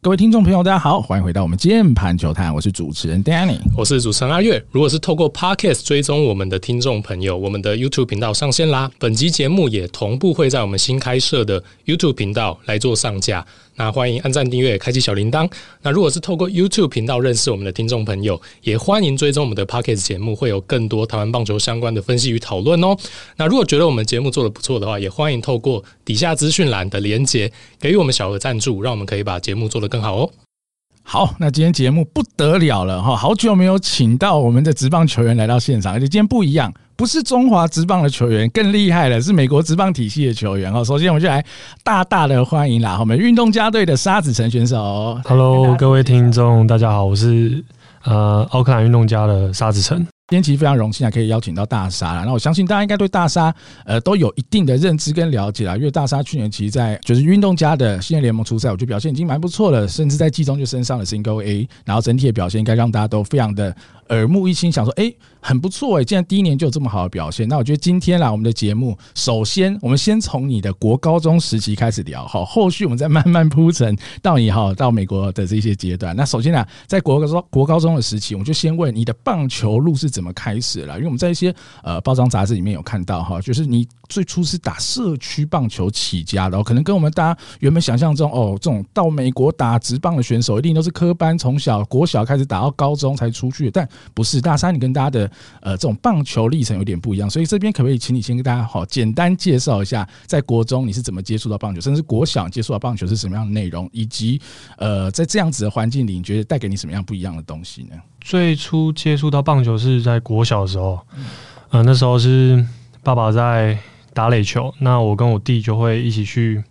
各位听众朋友大家好，欢迎回到我们键盘球探，我是主持人 Danny， 我是主持人阿月。如果是透过 Podcast 追踪我们的听众朋友，我们的 YouTube 频道上线啦，本集节目也同步会在我们新开设的 YouTube 频道来做上架，那欢迎按赞订阅开启小铃铛。那如果是透过 YouTube 频道认识我们的听众朋友，也欢迎追踪我们的 Podcast 节目，会有更多台湾棒球相关的分析与讨论哦。那如果觉得我们节目做得不错的话，也欢迎透过底下资讯栏的连结给予我们小额赞助，让我们可以把节目做得更好哦。 好，那今天节目不得了了哈，好久没有请到我们的职棒球员来到现场，而且今天不一样，不是中华职棒的球员，更厉害了，是美国职棒体系的球员。首先我们就来大大的欢迎啦，我们运动家队的沙子宸选手。 Hello， 各位听众，大家好，我是奥克兰运动家的沙子宸。 今天其实非常荣幸可以邀请到大沙啦，那我相信大家应该对大沙都有一定的认知跟了解啦，因为大沙去年其实在就是运动家的新人联盟出赛，我觉得表现已经蛮不错了，甚至在季中就升上了 Single A， 然后整体的表现应该让大家都非常的耳目一新，想说很不错竟然第一年就有这么好的表现。那我觉得今天啦，我们的节目首先我们先从你的国高中时期开始聊，后续我们再慢慢铺陈到你到美国的这些阶段。那首先在国高中的时期，我们就先问你的棒球路是怎么开始的啦，因为我们在一些报章杂志里面有看到就是你最初是打社区棒球起家的，可能跟我们大家原本想象中这种到美国打职棒的选手一定都是科班，从小国小开始打到高中才出去的，但不是，大沙你跟大家的这种棒球历程有点不一样，所以这边可不可以请你先跟大家简单介绍一下，在国中你是怎么接触到棒球，甚至国小接触到棒球是什么样的内容，以及在这样子的环境里，你觉得带给你什么样不一样的东西呢？ 最初接触到棒球是在国小的时候，那时候是爸爸在打垒球，那我跟我弟就会一起去，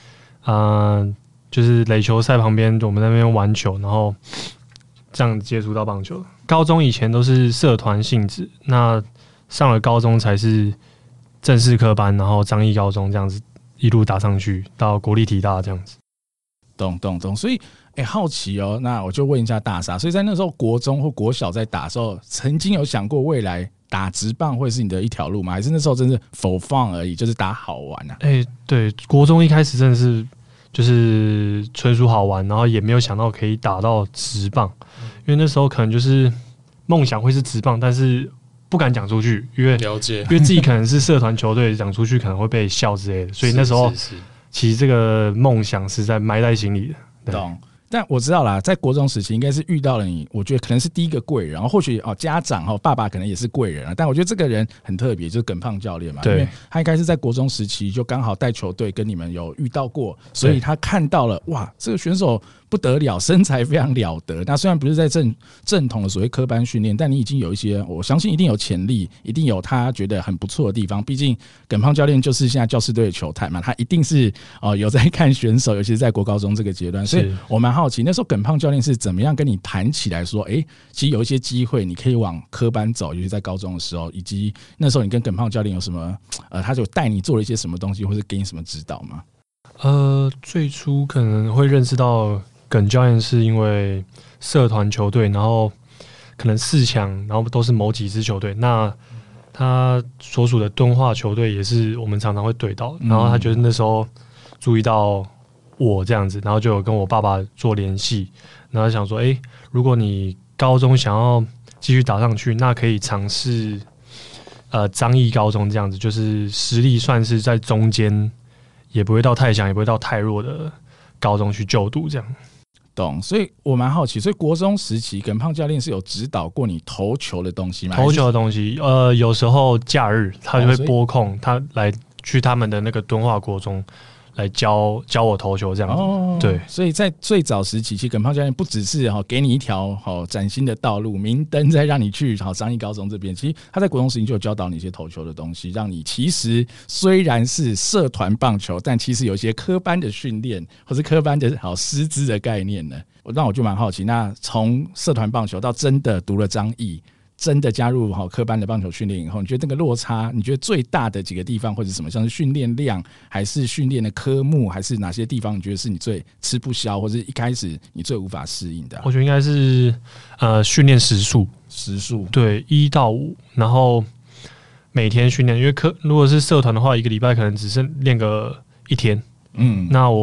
就是垒球赛旁边，我们在那边玩球，然后这样接触到棒球。高中以前都是社团性质，那上了高中才是正式科班，然后彰义高中这样子一路打上去到国立体大这样子。 懂，所以好奇那我就问一下大沙，所以在那时候国中或国小在打的时候，曾经有想过未来打职棒会是你的一条路吗？还是那时候真是for fun而已，就是打好玩啊？ 对，国中一开始真的是就是纯属好玩，然后也没有想到可以打到职棒，因为那时候可能就是梦想会是职棒，但是不敢讲出去，因为自己可能是社团球队，讲出去可能会被笑之类的，所以那时候其实这个梦想是在埋在心里的。 懂。但我知道啦，在国中时期应该是遇到了你，我觉得可能是第一个贵人，然后或许家长爸爸可能也是贵人，但我觉得这个人很特别，就是耿胖教练嘛，因为他应该是在国中时期就刚好带球队跟你们有遇到过，所以他看到了哇，这个选手不得了，身材非常了得。那虽然不是在正统的所谓科班训练，但你已经有一些，我相信一定有潜力，一定有他觉得很不错的地方。毕竟耿胖教练就是现在教士队的球探嘛，他一定是有在看选手，尤其是在国高中这个阶段。所以我蛮好奇，那时候耿胖教练是怎么样跟你谈起来说，其实有一些机会你可以往科班走，尤其在高中的时候，以及那时候你跟耿胖教练有什么他就带你做了一些什么东西，或是给你什么指导吗？ 最初可能会认识到耿教练是因为社团球队，然后可能4强，然后都是某几支球队，那他所属的敦化球队也是我们常常会对到，然后他就是那时候注意到我这样子，然后就有跟我爸爸做联系，然后想说如果你高中想要继续打上去，那可以尝试彰义高中这样子，就是实力算是在中间，也不会到太强，也不会到太弱的高中去就读这样。 懂，所以我蛮好奇，所以国中时期耿胖教练是有指导过你投球的东西吗？ 投球的东西，有时候假日他就会拨空，他来去他们的那个敦化国中来教我投球这样子。对， 所以在最早时期，其实耿胖教练不只是给你一条崭新的道路，明灯再让你去彰义高中这边，其实他在国中时期就有教导你一些投球的东西，让你其实虽然是社团棒球，但其实有一些科班的训练或是科班的师资的概念呢。让我就蛮好奇，那从社团棒球到真的读了彰义，真的加入科班的棒球训练以后，你觉得那个落差，你觉得最大的几个地方或者什么，像是训练量，还是训练的科目，还是哪些地方你觉得是你最吃不消，或者一开始你最无法适应的？ 我觉得应该是训练时数，对，1到5，然后每天训练，因为如果是社团的话，一个礼拜可能只是练个1天，那我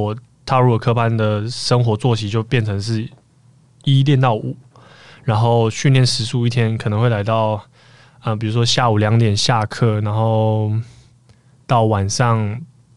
踏入了科班的生活作息就变成是1练到5，然后训练时数一天可能会来到比如说下午2点下课，然后到晚上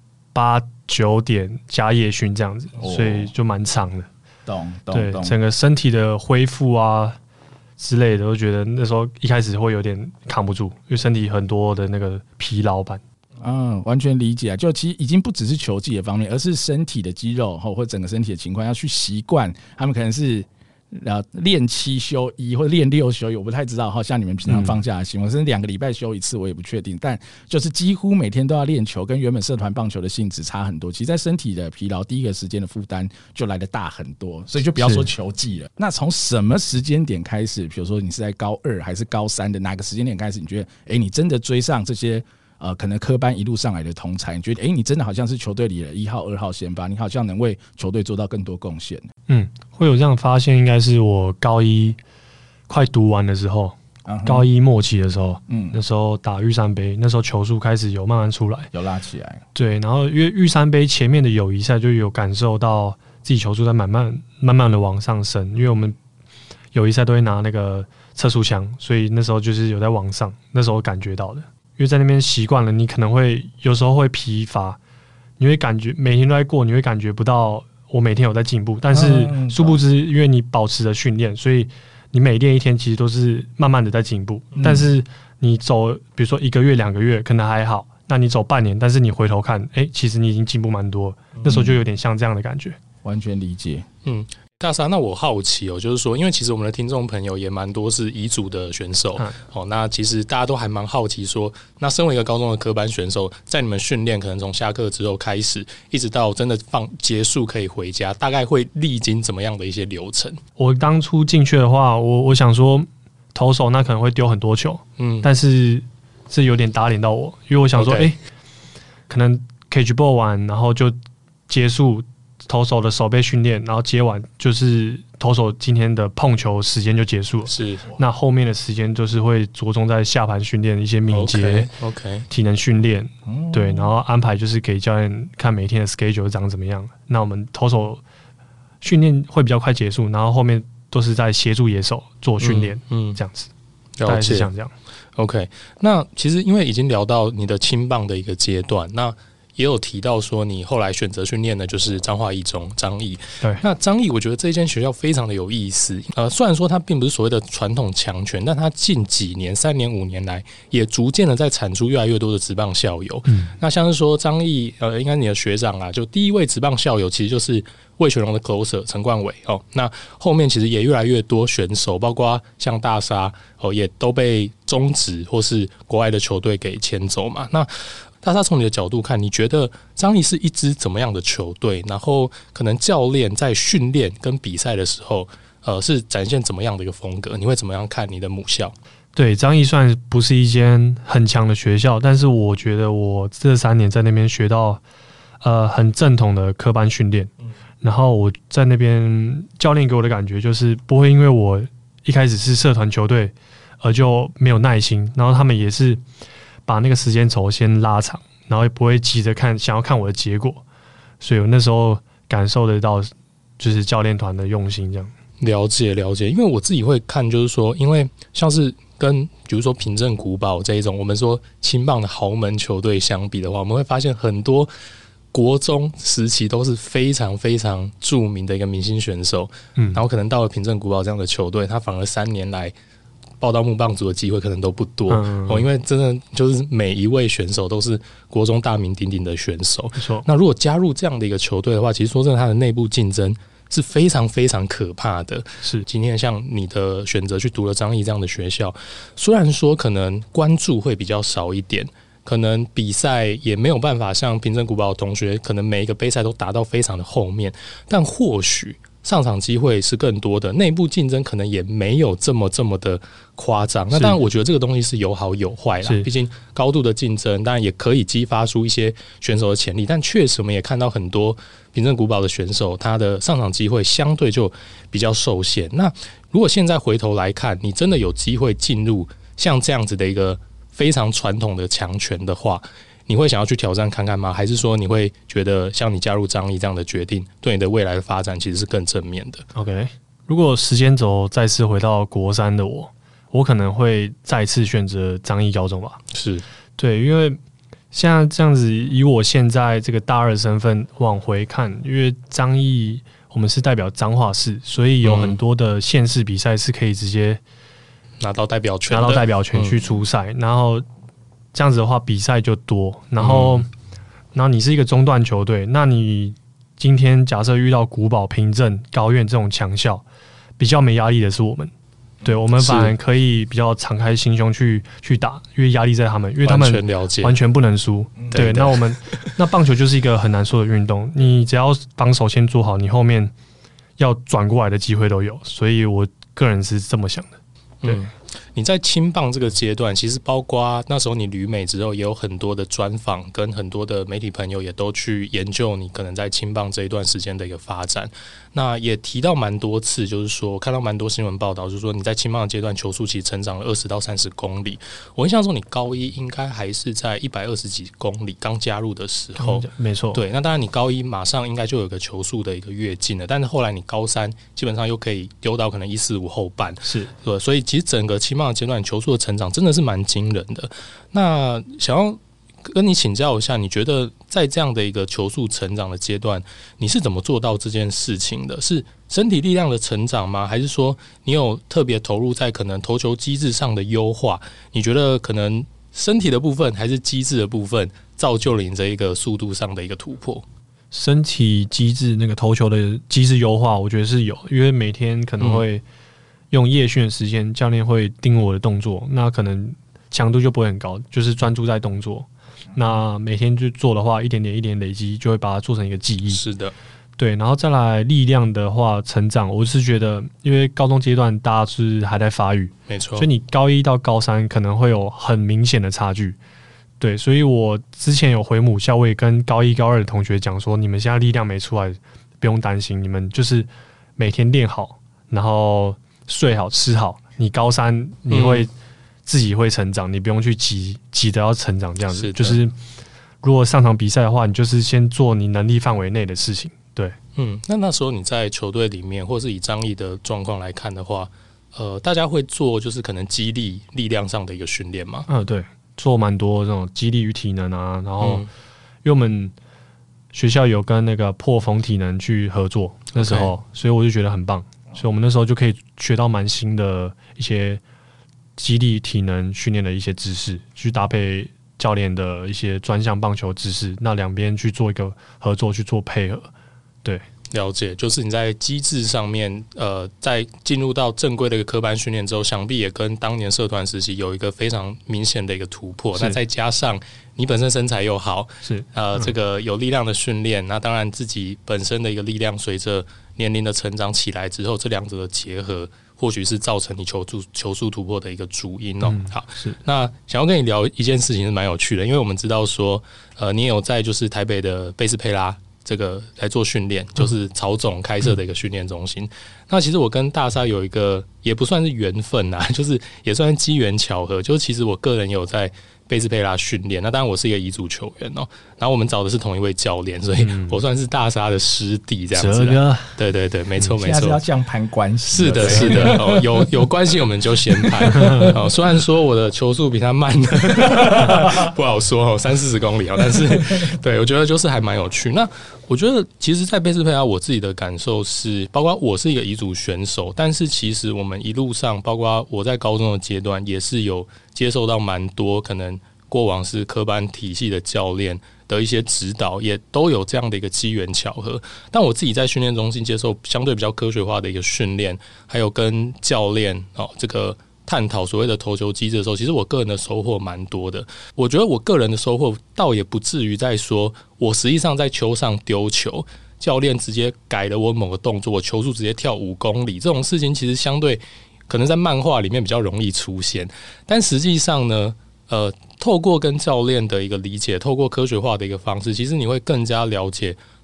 8、9点加夜训这样子，所以就蛮长的。 懂， 对，整个身体的恢复啊之类的，我觉得那时候一开始会有点扛不住，因为身体很多的那个疲劳感。 完全理解啊！就其实已经不只是球技的方面，而是身体的肌肉或整个身体的情况要去习惯。他们可能是练7休1或者练6休1，我不太知道。像你们平常放假的情况，甚至2个礼拜休1次，我也不确定。但就是几乎每天都要练球，跟原本社团棒球的性质差很多。其实，在身体的疲劳，第一个时间的负担就来得大很多，所以就不要说球技了。那从什么时间点开始？比如说你是在高2还是高3的哪个时间点开始？你觉得，你真的追上这些可能科班一路上来的同才，你觉得，你真的好像是球队里的1号、2号先发，你好像能为球队做到更多贡献。 会有这样的发现，应该是我高1快读完的时候，高1末期的时候，那时候打玉山杯，那时候球速开始有慢慢出来， 有拉起来。 对，然后因为玉山杯前面的友谊赛就有感受到自己球速在慢慢的往上升，因为我们友谊赛都会拿那个测速枪，所以那时候就是有在往上，那时候感觉到的。因为在那边习惯了，你可能会有时候会疲乏，你会感觉每天都在过，你会感觉不到我每天有在进步，但是殊不知，因为你保持着训练，所以你每练一天其实都是慢慢的在进步。但是你走，比如说1个月、2个月可能还好，那你走半年，但是你回头看，其实你已经进步蛮多，那时候就有点像这样的感觉。 完全理解。 大沙，那我好奇就是说，因为其实我们的听众朋友也蛮多是乙组的选手，那其实大家都还蛮好奇说，那身为一个高中的科班选手，在你们训练可能从下课之后开始，一直到真的结束可以回家，大概会历经怎么样的一些流程？我当初进去的话，我想说投手那可能会丢很多球，但是这有点打脸到我，因为我想说，可能 catch ball 完，然后就结束投手的守备训练，然后接完就是投手今天的碰球时间就结束了。 是， 那后面的时间就是会着重在下盘训练一些敏捷、体能训练，对，然后安排就是给教练看每天的 schedule 长怎么样。那我们投手训练会比较快结束，然后后面都是在协助野手做训练，这样子，大概是像这样。 OK， 那其实因为已经聊到你的青棒的一个阶段，那也有提到说你后来选择训练的就是彰化一中彰义。 对， 那彰义我觉得这间学校非常的有意思。虽然说它并不是所谓的传统强权，但它近几年3年5年来也逐渐的在产出越来越多的职棒校友。那像是说彰义应该你的学长就第一位职棒校友其实就是味全龙的 closer 陈冠伟那后面其实也越来越多选手，包括像大沙也都被中职或是国外的球队给牵走嘛。那大沙从你的角度看，你觉得彰义是一支怎么样的球队？然后可能教练在训练跟比赛的时候，是展现怎么样的一个风格？你会怎么样看你的母校？ 对，彰义算不是一间很强的学校，但是我觉得我这3年在那边学到很正统的科班训练。然后我在那边教练给我的感觉就是不会因为我一开始是社团球队而就没有耐心，然后他们也是把那个时间轴先拉长，然后也不会急着想要看我的结果，所以我那时候感受得到就是教练团的用心这样。 了解，因为我自己会看就是说，因为像是跟比如说平镇古堡这一种我们说青棒的豪门球队相比的话，我们会发现很多国中时期都是非常非常著名的一个明星选手，然后可能到了平镇古堡这样的球队，他反而3年来报到木棒组的机会可能都不多，因为真的就是每一位选手都是国中大名鼎鼎的选手。那如果加入这样的一个球队的话，其实说真的，他的内部竞争是非常非常可怕的。是，今天像你的选择去读了彰义这样的学校，虽然说可能关注会比较少一点，可能比赛也没有办法像平镇古堡的同学，可能每一个杯赛都打到非常的后面，但或许上场机会是更多的，内部竞争可能也没有这么的夸张。那当然，我觉得这个东西是有好有坏啦。毕竟高度的竞争，当然也可以激发出一些选手的潜力，但确实我们也看到很多平镇古堡的选手，他的上场机会相对就比较受限。那如果现在回头来看，你真的有机会进入像这样子的一个非常传统的强权的话， 你会想要去挑战看看吗？还是说你会觉得像你加入彰义这样的决定，对你的未来的发展其实是更正面的 ？OK， 如果时间轴再次回到国三的我可能会再次选择彰义高中吧。 是， 对，因为现在这样子，以我现在这个大二的身份往回看，因为彰义我们是代表彰化市，所以有很多的县市比赛是可以直接拿到代表权去出赛，然后这样子的话比赛就多，然后你是一个中段球队，那你今天假设遇到古堡、平镇、高苑这种强校，比较没压力的是我们。对，我们反而可以比较敞开心胸去打，因为压力在他们，因为他们完全不能输。对，那棒球就是一个很难说的运动，你只要防守先做好，你后面要转过来的机会都有，所以我个人是这么想的。对。 你在青棒这个阶段，其实包括那时候你旅美之后，也有很多的专访，跟很多的媒体朋友也都去研究你可能在青棒这一段时间的一个发展。那也提到蛮多次，就是说看到蛮多新闻报道，就是说你在青棒的阶段球速其实成长了20到30公里。我印象中你高一应该还是在120几公里刚加入的时候， 没错。 对，那当然你高一马上应该就有个球速的一个跃进了，但是后来你高三基本上又可以丢到可能145后半， 是对，所以其实整个青棒的阶段球速的成长真的是蛮惊人的。那想要跟你请教一下，你觉得在这样的一个球速成长的阶段，你是怎么做到这件事情的？是身体力量的成长吗？还是说你有特别投入在可能投球机制上的优化？你觉得可能身体的部分还是机制的部分造就了你这一个速度上的一个突破？ 身体机制那个投球的机制优化，我觉得是有，因为每天可能会用夜训的时间，教练会盯我的动作，那可能强度就不会很高，就是专注在动作。那每天去做的话，一点点累积，就会把它做成一个记忆。 是的， 对。然后再来力量的话，成长，我是觉得，因为高中阶段大家是还在发育， 没错， 所以你高一到高三可能会有很明显的差距。对，所以我之前有回母校，我也跟高一高二的同学讲说，你们现在力量没出来，不用担心，你们就是每天练好，然后睡好吃好，你高三你会自己会成长，你不用去急着要成长这样子。就是如果上场比赛的话，你就是先做你能力范围内的事情。对， 那时候你在球队里面，或是以彰义的状况来看的话，大家会做就是可能肌力力量上的一个训练吗？ 对，做蛮多这种肌力与体能啊，然后因为我们学校有跟那个破风体能去合作，那时候所以我就觉得很棒，所以我们那时候就可以学到蛮新的一些肌力体能训练的一些知识，去搭配教练的一些专项棒球知识，那两边去做一个合作，去做配合。对， 了解，就是你在机制上面，在进入到正规的一个科班训练之后，想必也跟当年社团时期有一个非常明显的一个突破。那再加上你本身身材又好， 是这个有力量的训练，那当然自己本身的一个力量随着年龄的成长起来之后，这两者的结合，或许是造成你球速突破的一个主因哦。好，那想要跟你聊一件事情是蛮有趣的，因为我们知道说，你也有在就是台北的贝斯佩拉这个来做训练，就是曹总开设的一个训练中心。那其实我跟大沙有一个也不算是缘分啊，就是也算是机缘巧合，就是其实我个人有在贝斯佩拉训练，那当然我是一个乙组球员哦，然后我们找的是同一位教练，所以我算是大沙的师弟这样子。对对对，没错没错。 现在是要降盘关系。 是的，是的，有关系我们就先盘。虽然说我的球速比他慢的不好说30-40公里但是对我觉得就是还蛮有趣。那我觉得其实，在贝斯佩拉我自己的感受是，包括我是一个乙组选手，但是其实我们一路上，包括我在高中的阶段，也是有接受到蛮多可能过往是科班体系的教练的一些指导，也都有这样的一个机缘巧合。但我自己在训练中心接受相对比较科学化的一个训练，还有跟教练这个探讨所谓的投球机制的时候，其实我个人的收获蛮多的。我觉得我个人的收获倒也不至于在说我实际上在球上丢球，教练直接改了我某个动作，我球速直接跳5公里，这种事情其实相对可能在漫画里面比较容易出现，但实际上呢，透过跟教练的一个理解，透过科学化的一个方式，其实你会更加了解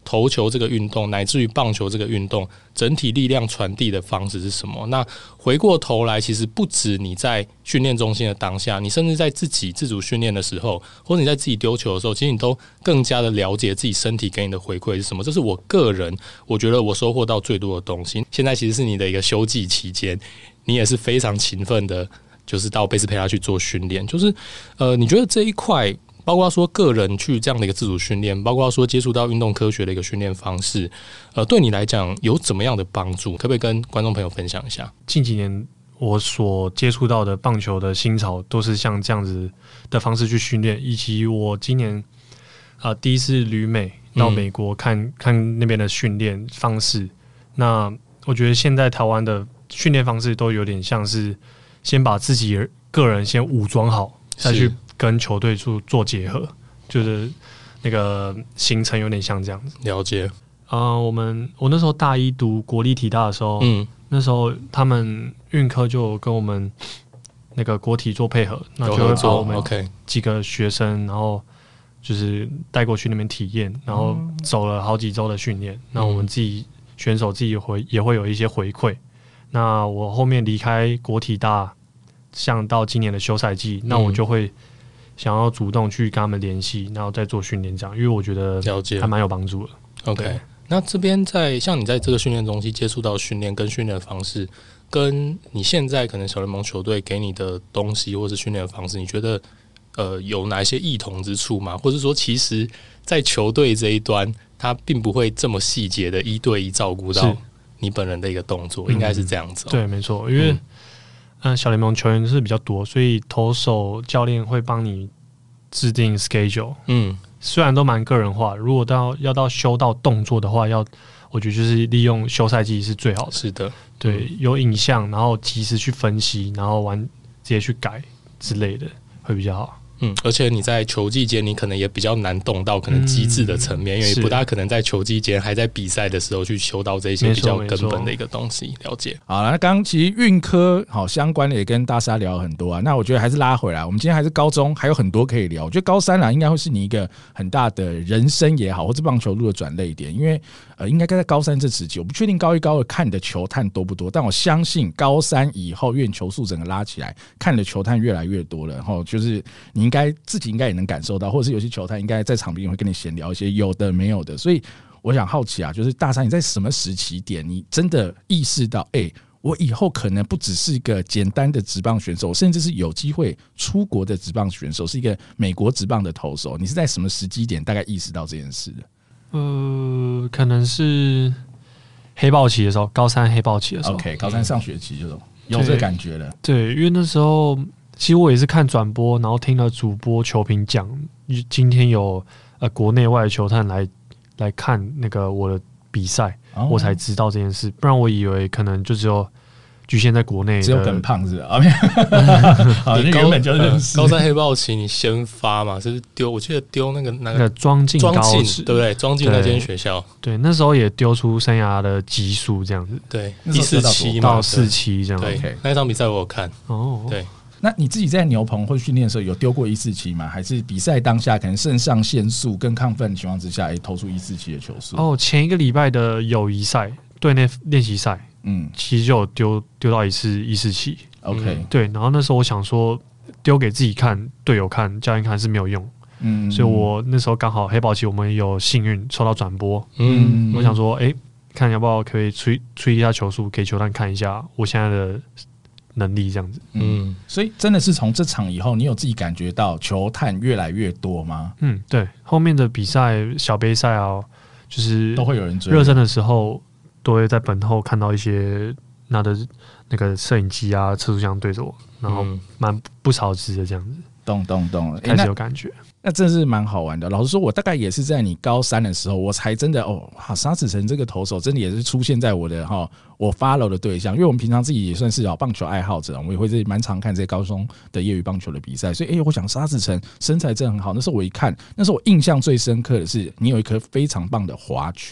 投球这个运动，乃至于棒球这个运动，整体力量传递的方式是什么？那回过头来，其实不止你在训练中心的当下，你甚至在自己自主训练的时候，或者你在自己丢球的时候，其实你都更加的了解自己身体给你的回馈是什么。这是我个人我觉得我收获到最多的东西。现在其实是你的一个休季期间，你也是非常勤奋的，就是到贝斯佩拉去做训练。就是你觉得这一块，包括说个人去这样的一个自主训练，包括说接触到运动科学的一个训练方式，对你来讲有怎么样的帮助？可不可以跟观众朋友分享一下？ 近几年我所接触到的棒球的新潮，都是像这样子的方式去训练，以及我今年第一次旅美到美国看那边的训练方式。那我觉得现在台湾的训练方式都有点像是先把自己个人先武装好，再去跟球队做结合，就是那个行程有点像这样子。 了解。 我那时候大一读国立体大的时候，那时候他们运科就跟我们那个国体做配合，那就会把我们几个学生，然后就是带过去那边体验，然后走了好几周的训练。那我们自己选手自己也会有一些回馈。那我后面离开国体大，像到今年的休赛季，那我就会想要主动去跟他们联系，然后再做训练这样，因为我觉得还蛮有帮助的。 OK， 那这边像你在这个训练中心接触到训练跟训练的方式，跟你现在可能小联盟球队给你的东西或是训练的方式，你觉得有哪一些异同之处吗？或者说，其实，在球队这一端，他并不会这么细节的一对一照顾到你本人的一个动作，应该是这样子。 对，没错，因为小联盟球员是比较多，所以投手教练会帮你制定 schedule。虽然都蛮个人化，如果要到修到动作的话，我觉得就是利用休赛季是最好的。 是的， 对，有影像，然后及时去分析，然后直接去改之类的，会比较好。 而且你在球季间，你可能也比较难动到可能机制的层面，因为不大可能在球季间还在比赛的时候去修到这些比较根本的一个东西。了解。 好了，那刚刚其实运科好相关的也跟大沙聊很多啊。那我觉得还是拉回来，我们今天还是高中，还有很多可以聊。我觉得高三啦，应该会是你一个很大的人生也好，或者棒球路的转捩点，因为应该在高三这时期，我不确定高一高二看的球探多不多，但我相信高三以后，因为球速整个拉起来，看的球探越来越多了。然后就是你自己应该也能感受到，或者是有些球探应该在场边会跟你闲聊一些有的没有的。所以我想好奇啊，就是大三你在什么时期点，你真的意识到，我以后可能不只是一个简单的职棒选手，甚至是有机会出国的职棒选手，是一个美国职棒的投手。你是在什么时机点大概意识到这件事的？ 可能是黑豹期的时候，高三黑豹期的时候。 OK， 高三上学期就有这感觉了。 对，因为那时候其实我也是看转播，然后听了主播球评讲，今天有国内外的球探来看那个我的比赛，我才知道这件事。不然我以为可能就只有局限在国内的， 只有耿胖是吧？你原本就认识。 高三黑豹期你先发嘛，是丢，我记得丢那个庄敬高职， 对不对？庄敬那间学校， 对，那时候也丢出生涯的级数这样子， 对，147 到47这样。 对，那一场比赛我有看。对。 那你自己在牛棚或训练的时候有丢过147吗？还是比赛当下可能肾上腺素更亢奋的情况之下，投出147的球速？前一个礼拜的友谊赛队内练习赛，其实就有丢到一次147。 OK， 对，然后那时候我想说丢给自己看、队友看、教练看是没有用，所以我那时候刚好黑豹期我们有幸运抽到转播，我想说，看要不要可以吹一下球速给球探看一下我现在的能力这样子。 所以真的是从这场以后，你有自己感觉到球探越来越多吗？ 对，后面的比赛小杯赛啊，就是都会有人追。 热身的时候都会在本后看到一些拿的那个摄影机啊、测速枪对着我，然后蛮不少支的这样子。 懂了， 开始有感觉。 那真的是蛮好玩的。老实说，我大概也是在你高三的时候，我才真的沙子宸这个投手真的也是出现在我的我 follow 的对象，因为我们平常自己也算是棒球爱好者，我们也会蛮常看这些高中的业余棒球的比赛，所以我想沙子宸身材真的很好。那时候我一看，那时候我印象最深刻的是你有一颗非常棒的滑球。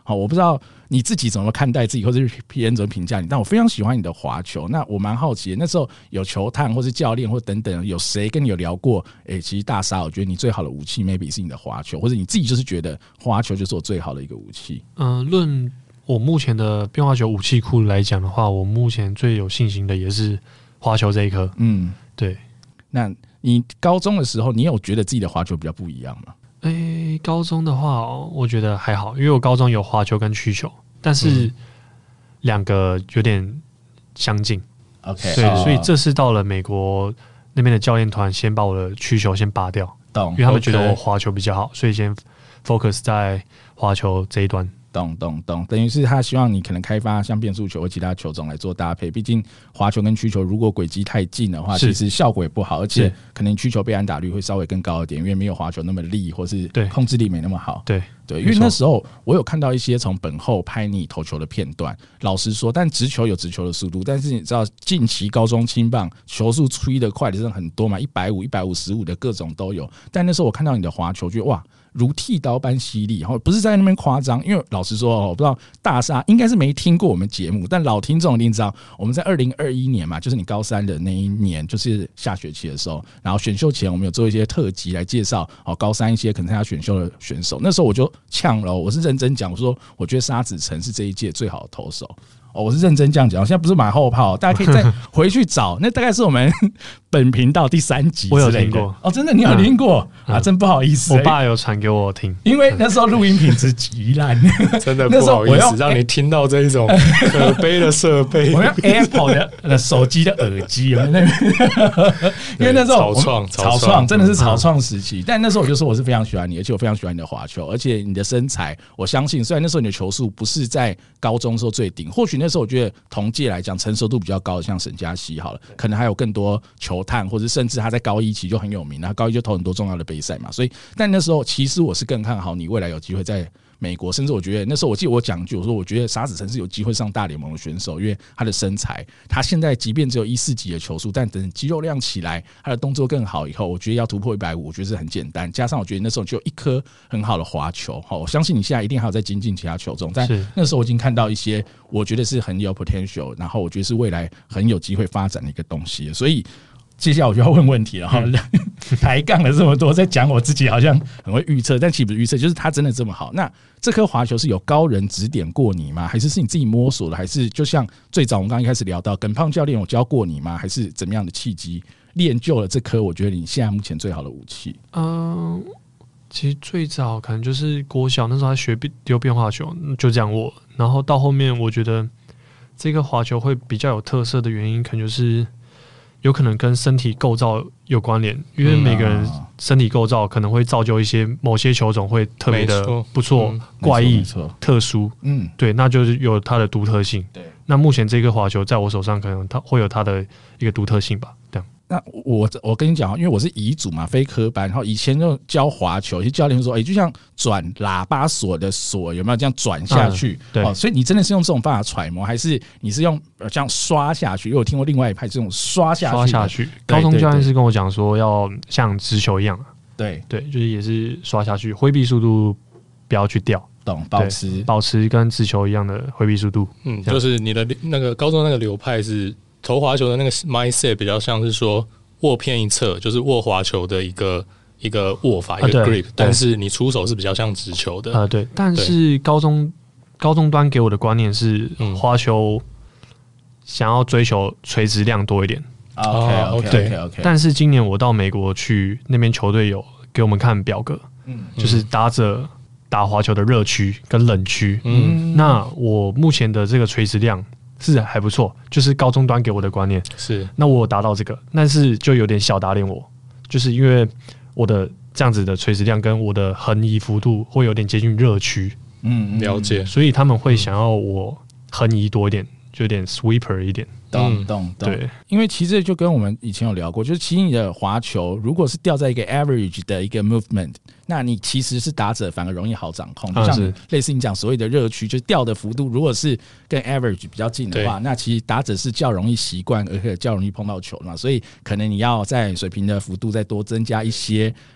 好，我不知道你自己怎么看待自己，或者是别人怎么评价你，但我非常喜欢你的滑球。那我蛮好奇的，那时候有球探或是教练或等等，有谁跟你有聊过？其实大沙，我觉得你最好的武器 maybe 是你的滑球，或者你自己就是觉得滑球就是我最好的一个武器。 论我目前的变化球武器库来讲的话，我目前最有信心的也是滑球这一颗。对。那你高中的时候，你有觉得自己的滑球比较不一样吗？ 高中的话，我觉得还好，因为我高中有滑球跟曲球，但是两个有点相近。 OK， 对，所以这是到了美国那边的教练团先把我的曲球先拔掉，因为他们觉得我滑球比较好，所以先 focus 在滑球这一端。 懂，等于是他希望你可能开发像变速球或其他球种来做搭配。毕竟滑球跟曲球如果轨迹太近的话，其实效果也不好，而且可能曲球被安打率会稍微更高一点，因为没有滑球那么力，或是控制力没那么好。对，因为那时候我有看到一些从本后拍你投球的片段。老实说，但直球有直球的速度，但是你知道近期高中青棒球速吹得快的真的很多嘛，150、155的各种都有。但那时候我看到你的滑球，觉得哇，如剃刀般犀利，然后不是在那边夸张。因为老实说，我不知道大沙应该是没听过我们节目，但老听众一定知道，我们在2021年嘛，就是你高3的那一年，就是下学期的时候，然后选秀前我们有做一些特辑来介绍高3一些可能参加选秀的选手。那时候我就呛了，我是认真讲，我说我觉得沙子宸是这一届最好的投手。我是认真这样讲，我现在不是马后炮，大家可以再回去找，那大概是我们本频道第3集之类的。 我有听过真的你有听过啊？真不好意思， 我爸有传给我听， 因为那时候录音品质极烂， 真的不好意思让你听到这一种可悲的设备。 我用 Apple 的手机的耳机，因为那时候草创真的是草创时期，但那时候我就说我是非常喜欢你，而且我非常喜欢你的滑球，而且你的身材，我相信虽然那时候你的球速不是在高中时候最顶，或许那时候我觉得同届来讲成熟度比较高的，像沈佳熙好了，可能还有更多球探，或者甚至他在高一期就很有名，他高一就投很多重要的杯赛嘛，所以但那时候其实我是更看好你未来有机会在美国，甚至我觉得那时候我记得我讲一句，我说我觉得沙子宸是有机会上大联盟的选手，因为他的身材，他现在即便只有140级的球速，但等肌肉量起来，他的动作更好以后，我觉得要突破150，我觉得是很简单。加上我觉得那时候就有一颗很好的滑球，我相信你现在一定还有在精进其他球种，但那时候我已经看到一些我觉得是很有 potential， 然后我觉得是未来很有机会发展的一个东西，所以。接下来我就要问问题了哈，抬杠了这么多，在讲我自己好像很会预测，但其实不是预测，就是他真的这么好。那这颗滑球是有高人指点过你吗？还是你自己摸索的？还是就像最早我们刚刚一开始聊到，耿胖教练有教过你吗？还是怎么样的契机练就了这颗？我觉得你现在目前最好的武器。 其实最早可能就是国小那时候还学丢变化球，就这样握。然后到后面，我觉得这个滑球会比较有特色的原因，可能就是有可能跟身体构造有关联，因为每个人身体构造可能会造就一些某些球种会特别的不错、怪异、特殊。对，那就是有它的独特性。对，那目前这个滑球在我手上，可能它会有它的一个独特性吧。这样。 那我跟你讲，因为我是乙组嘛，非科班，然后以前就教滑球，有些教练说，就像转喇叭锁的锁，有没有这样转下去？对，所以你真的是用这种办法揣摩，还是你是用这样刷下去？因为我听过另外一派这种刷下去。 高中教练是跟我讲说，要像直球一样， 对， 就是也是刷下去，挥臂速度不要去掉。 懂， 保持跟直球一样的挥臂速度。 就是你的那个高中那个流派是。投滑球的那个 mindset 比较像是说握偏一侧，就是握滑球的一个握法，一个 grip，但是你出手是比较像直球的。 对。但是高中端给我的观念是，滑球想要追求垂直量多一点。 OK。 但是今年我到美国去，那边球队有给我们看表格，就是打者打滑球的热区跟冷区。那我目前的这个垂直量。是还不错，就是高中端给我的观念是。 那我有达到这个，但是就有点小打脸我，就是因为我的这样子的垂直量跟我的横移幅度会有点接近热区， 了解， 所以他们会想要我横移多一点，就有点 sweeper 一点。 懂。对，因为其实就跟我们以前有聊过，就是其实你的滑球如果是掉在一个 average 的一个 movement， 那你其实是打者反而容易好掌控，就像类似你讲所谓的热区，就是掉的幅度如果是跟 average 比较近的话，那其实打者是较容易习惯，而且较容易碰到球嘛，所以可能你要在水平的幅度再多增加一些，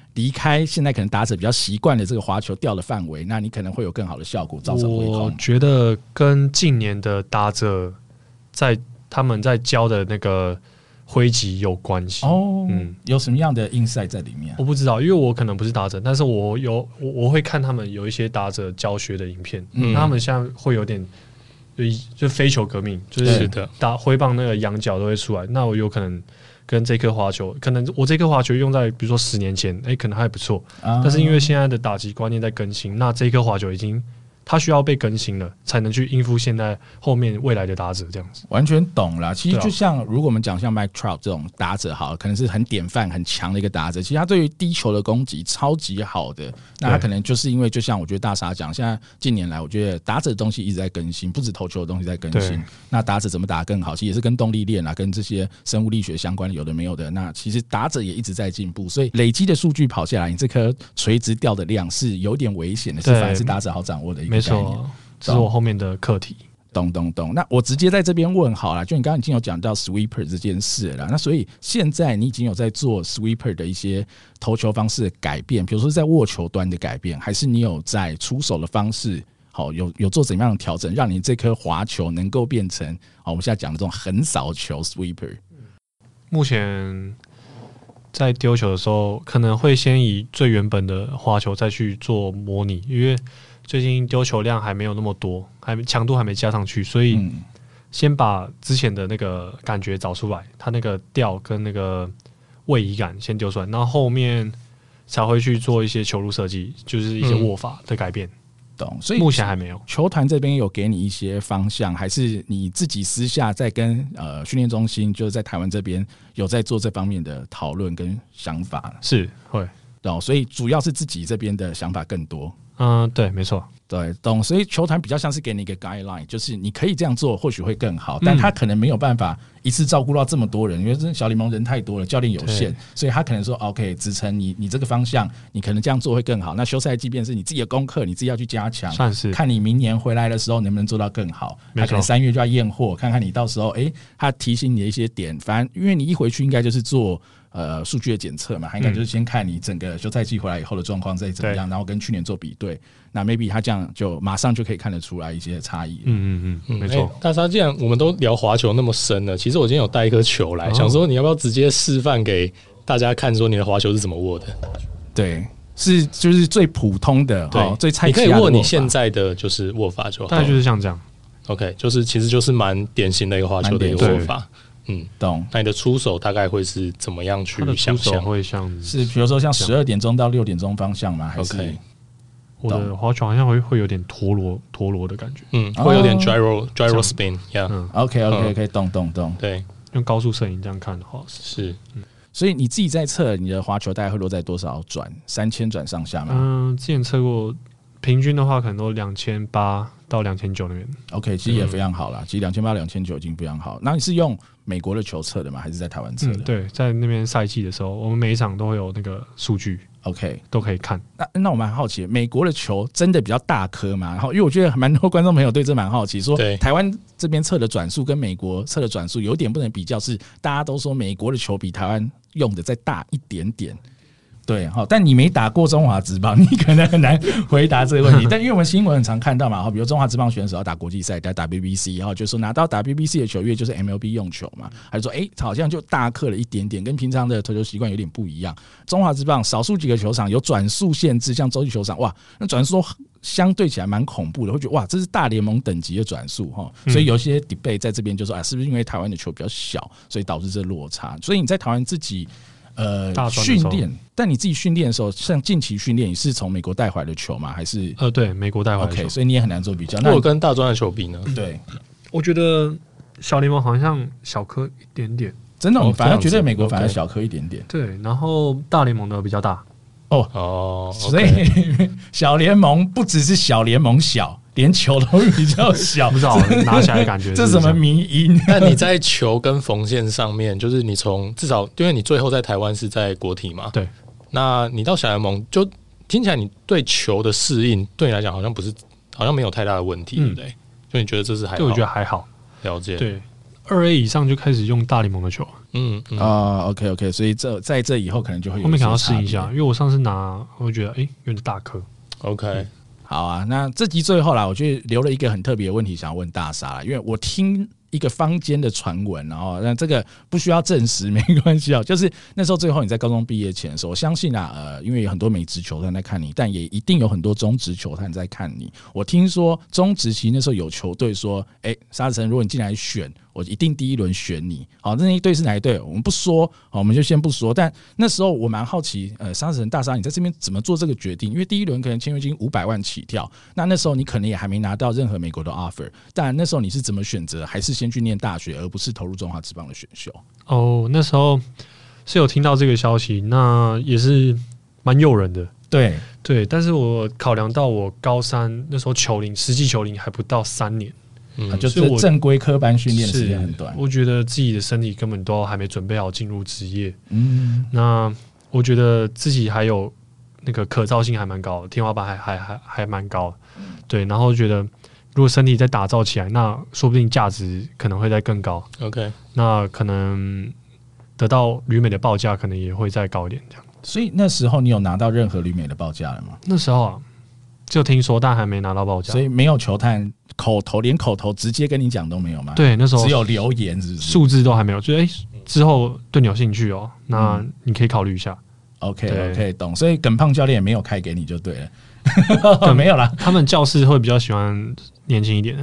离开现在可能打者比较习惯的这个滑球掉的范围，那你可能会有更好的效果，造成回空。 我觉得跟近年的打者他们在教的那个挥击有关系。 有什么样的 insight 在里面？ 我不知道，因为我可能不是打者，但是我会看他们有一些打者教学的影片，那他们现在会有点就飞球革命，就是打挥棒那个仰角都会出来。那我有可能跟这颗滑球，可能我这颗滑球用在比如说10年前，可能还不错，但是因为现在的打击观念在更新，那这颗滑球已经它需要被更新了，才能去应付现在后面未来的打者这样子。 完全懂啦。其实就像如果我们讲像 Mike Trout 这种打者好，可能是很典范、很强的一个打者，其实他对于低球的攻击超级好的。那他可能就是因为，就像我觉得大傻讲，现在近年来我觉得打者的东西一直在更新，不止投球的东西在更新。那打者怎么打得更好，其实也是跟动力链啊、跟这些生物力学相关的有的没有的。那其实打者也一直在进步，所以累积的数据跑下来，你这颗垂直掉的量是有点危险的，是反而是打者好掌握的一个概念。 没错，这是我后面的课题。 懂。那我直接在这边问好了，就你刚刚已经有讲到 sweeper 这件事了，那所以现在你已经有在做 sweeper 的一些投球方式的改变，比如说在握球端的改变，还是你有在出手的方式好有做怎么样的调整，让你这颗滑球能够变成好我们现在讲的这种横扫球 sweeper？ 目前在丢球的时候，可能会先以最原本的滑球再去做模拟，因为最近丢球量还没有那么多，强度还没加上去，所以先把之前的那个感觉找出来，它那个调跟那个位移感先丢出来，然后后面才会去做一些球路设计，就是一些握法的改变。 懂，所以目前还没有。 球团这边有给你一些方向，还是你自己私下在跟训练中心，就是在台湾这边有在做这方面的讨论跟想法？ 是会， 懂，所以主要是自己这边的想法更多。 对，没错， 对，懂。所以球团比较像是给你一个 guideline， 就是你可以这样做，或许会更好，但他可能没有办法一次照顾到这么多人，因为这小联盟人太多了，教练有限，所以他可能说 OK， 子成你这个方向，你可能这样做会更好。那休赛季便是你自己的功课，你自己要去加强， 算是看你明年回来的时候能不能做到更好。他可能3月就要验货，看看你到时候他提醒你的一些点，反正因为你一回去应该就是做。数据的检测嘛，他应该就是先看你整个休赛季回来以后的状况再怎么样，然后跟去年做比对。那 maybe 他这样就马上就可以看得出来一些差异。 没错。 大沙，既然我们都聊滑球那么深了，其实我今天有带一颗球来，想说你要不要直接示范给大家看，说你的滑球是怎么握的？ 对，是就是最普通的，对，最菜奇亚的握法。 你可以握你现在的就是握法就好， 大概就是像这样。 OK， 其实就是蛮典型的一个滑球的一个握法。 懂。 那你的出手大概会是怎么样去想象？ 会像是比如说像12点钟到6点钟方向吗？还是 OK？ 我的滑球好像会有点陀螺的感觉， 会有点 gyro spin，OK， 懂。 对， 用高速摄影这样看的话是。 所以你自己在测你的滑球大概会落在多少转？3000转上下吗？ 之前测过，平均的话可能都2800到2900那边。 OK， 其实也非常好啦，其实2800、2900已经非常好。那你是用美国的球测的吗？还是在台湾测的？ 对，在那边赛季的时候，我们每一场都会有那个数据 ，OK， 都可以看。 那我蛮好奇，美国的球真的比较大颗吗？然后，因为我觉得蛮多观众朋友对这蛮好奇，说台湾这边测的转速跟美国测的转速有点不能比较，是大家都说美国的球比台湾用的再大一点点。对，但你没打过中华职棒，你可能很难回答这个问题。但因为我们新闻很常看到嘛，比如中华职棒选手要打国际赛，打 WBC， 然后就说拿到 WBC 的球，因为就是 MLB 用球嘛，还是说好像就大颗了一点点，跟平常的投球习惯有点不一样。中华职棒少数几个球场有转速限制，像洲际球场，哇，那转速相对起来蛮恐怖的，会觉得哇，这是大联盟等级的转速哈。所以有些 debate 在这边就说是不是因为台湾的球比较小，所以导致这落差？所以你在台湾自己。训练，但你自己训练的时候，像近期训练，你是从美国带回来的球吗？还是对，美国带回来的球。 OK， 所以你也很难做比较。 那我跟大专的球比呢？ 对， 我觉得小联盟好像小颗一点点， 真的，反而觉得美国反而小颗一点点。 对，然后大联盟的比较大。 所以小联盟不只是小联盟小。连球都比较小， 不知道拿起来的感觉这是什么迷因？ 那你在球跟缝线上面，就是你从至少，因为你最后在台湾是在国体嘛， 对。 那你到小联盟，就听起来你对球的适应，对你来讲好像没有太大的问题，对不对？就你觉得这是还好？ 对，我觉得还好。 了解。 对， 2A 以上就开始用大联盟的球。 OK， 所以在这以后可能就会有后面可能要适应一下，因为我上次拿，我会觉得有点大颗。 OK， 好啊，那这集最后啦，我觉得留了一个很特别的问题想要问大沙啦，因为我听一个坊间的传闻，然后那这个不需要证实，没关系啊。就是那时候最后你在高中毕业前的时候，我相信啊，因为有很多美职球探在看你，但也一定有很多中职球探在看你。我听说中职其实那时候有球队说，沙子成，如果你进来选，我一定第一轮选你。好，那一队是哪一队？我们不说，我们就先不说。但那时候我蛮好奇，沙子成大沙，你在这边怎么做这个决定？因为第一轮可能签约金500万起跳，那时候你可能也还没拿到任何美国的 offer， 但那时候你是怎么选择？还是先去念大学，而不是投入中华职棒的选秀？ 那时候是有听到这个消息，那也是蛮诱人的。对，但是我考量到我高三那时候实际球龄还不到3年。 就是正规科班训练的时间很短， 我觉得自己的身体根本都还没准备好进入职业。那我觉得自己还有那个可造性还蛮高的，天花板还蛮高的。对，然后觉得如果身体再打造起来，那说不定价值可能会再更高。 OK， 那可能得到旅美的报价可能也会再高一点这样。 所以那时候你有拿到任何旅美的报价了吗？ 那时候啊，就听说，但还没拿到报价， 所以没有球探连口头直接跟你讲都没有吗？ 对，那时候只有留言，是不是？ 数字都还没有，就之后对你有兴趣哦，那你可以考虑一下。 OK， 懂。所以耿胖教练也没有开给你就对了，没有啦。 他们教室会比较喜欢年轻一点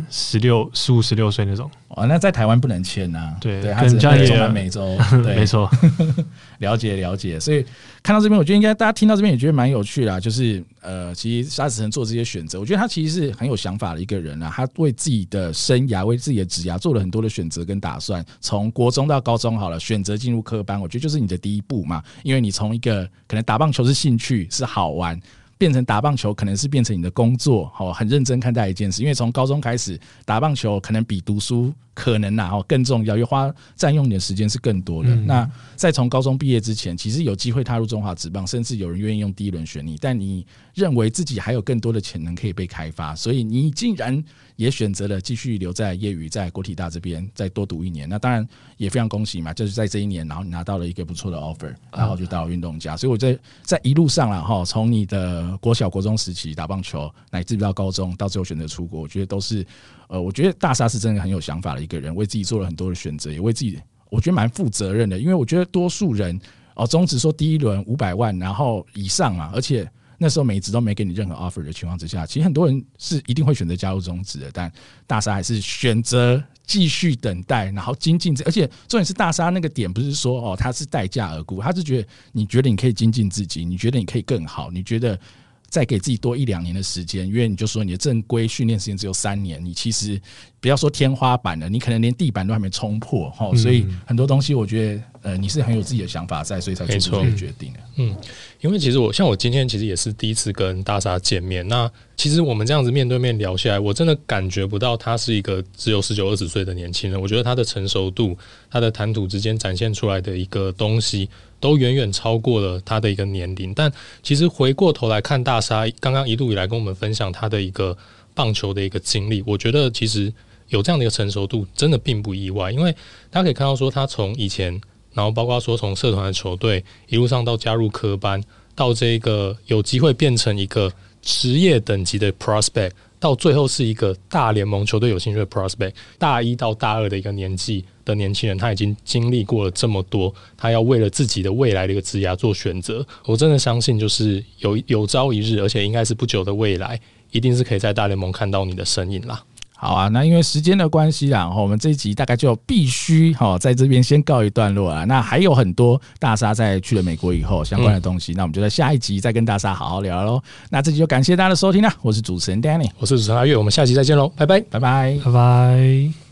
，15、16岁那种。 那在台湾不能签啊。 对， 他只能中南美洲。对， 没错。 了解。所以看到这边，我觉得应该大家听到这边也觉得蛮有趣啦。就是其实沙子成做这些选择，我觉得他其实是很有想法的一个人啊。他为自己的生涯、为自己的职涯做了很多的选择跟打算。从国中到高中好了，选择进入科班，我觉得就是你的第一步嘛。因为你从一个可能打棒球是兴趣，是好玩，变成打棒球可能是变成你的工作，很认真看待一件事。因为从高中开始打棒球，可能比读书可能更重要，因为占用你的时间是更多的。那在从高中毕业之前，其实有机会踏入中华职棒，甚至有人愿意用第一轮选你，但你认为自己还有更多的潜能可以被开发，所以你竟然也选择了继续留在业余，在国体大这边再多读1年。那当然也非常恭喜嘛，就是在这1年，然后你拿到了一个不错的 offer， 然后就到了运动家。所以我在一路上啦，从你的国小、国中时期打棒球，乃至到高中，到最后选择出国，我觉得都是我觉得大沙是真的很有想法的一个人，为自己做了很多的选择，也为自己我觉得蛮负责任的。因为我觉得多数人中职说第一轮500万然后以上嘛，而且那时候美职都没给你任何 offer 的情况之下，其实很多人是一定会选择加入中职的，但大沙还是选择继续等待，然后精进。而且重点是大沙那个点不是说他是待价而沽，他是觉得你可以精进自己，你觉得你可以更好，你觉得再给自己多1-2年的时间，因为你就说你的正规训练时间只有3年，你其实不要说天花板了，你可能连地板都还没冲破，所以很多东西我觉得你是很有自己的想法在，所以才做出这个决定的。 因为其实我今天其实也是第一次跟大沙见面，那其实我们这样子面对面聊下来，我真的感觉不到他是一个只有19、20岁的年轻人。我觉得他的成熟度，他的谈吐之间展现出来的一个东西，都远远超过了他的一个年龄。但其实回过头来看大沙刚刚一路以来跟我们分享他的一个棒球的一个经历，我觉得其实有这样的一个成熟度真的并不意外。因为大家可以看到说他从以前，然后包括说从社团的球队一路上到加入科班，到这个有机会变成一个职业等级的 prospect， 到最后是一个大联盟球队有兴趣的 prospect， 大1到大2的一个年纪的年轻人，他已经经历过了这么多，他要为了自己的未来的一个职涯做选择。我真的相信就是有朝一日，而且应该是不久的未来，一定是可以在大联盟看到你的身影啦。 好啊，那因为时间的关系啦，我们这一集大概就必须在这边先告一段落啦。那还有很多大沙在去了美国以后相关的东西，那我们就在下一集再跟大沙好好聊咯。那这集就感谢大家的收听啦，我是主持人 Danny， 我是主持人阿月，我们下集再见咯，拜拜， 拜拜， 拜拜。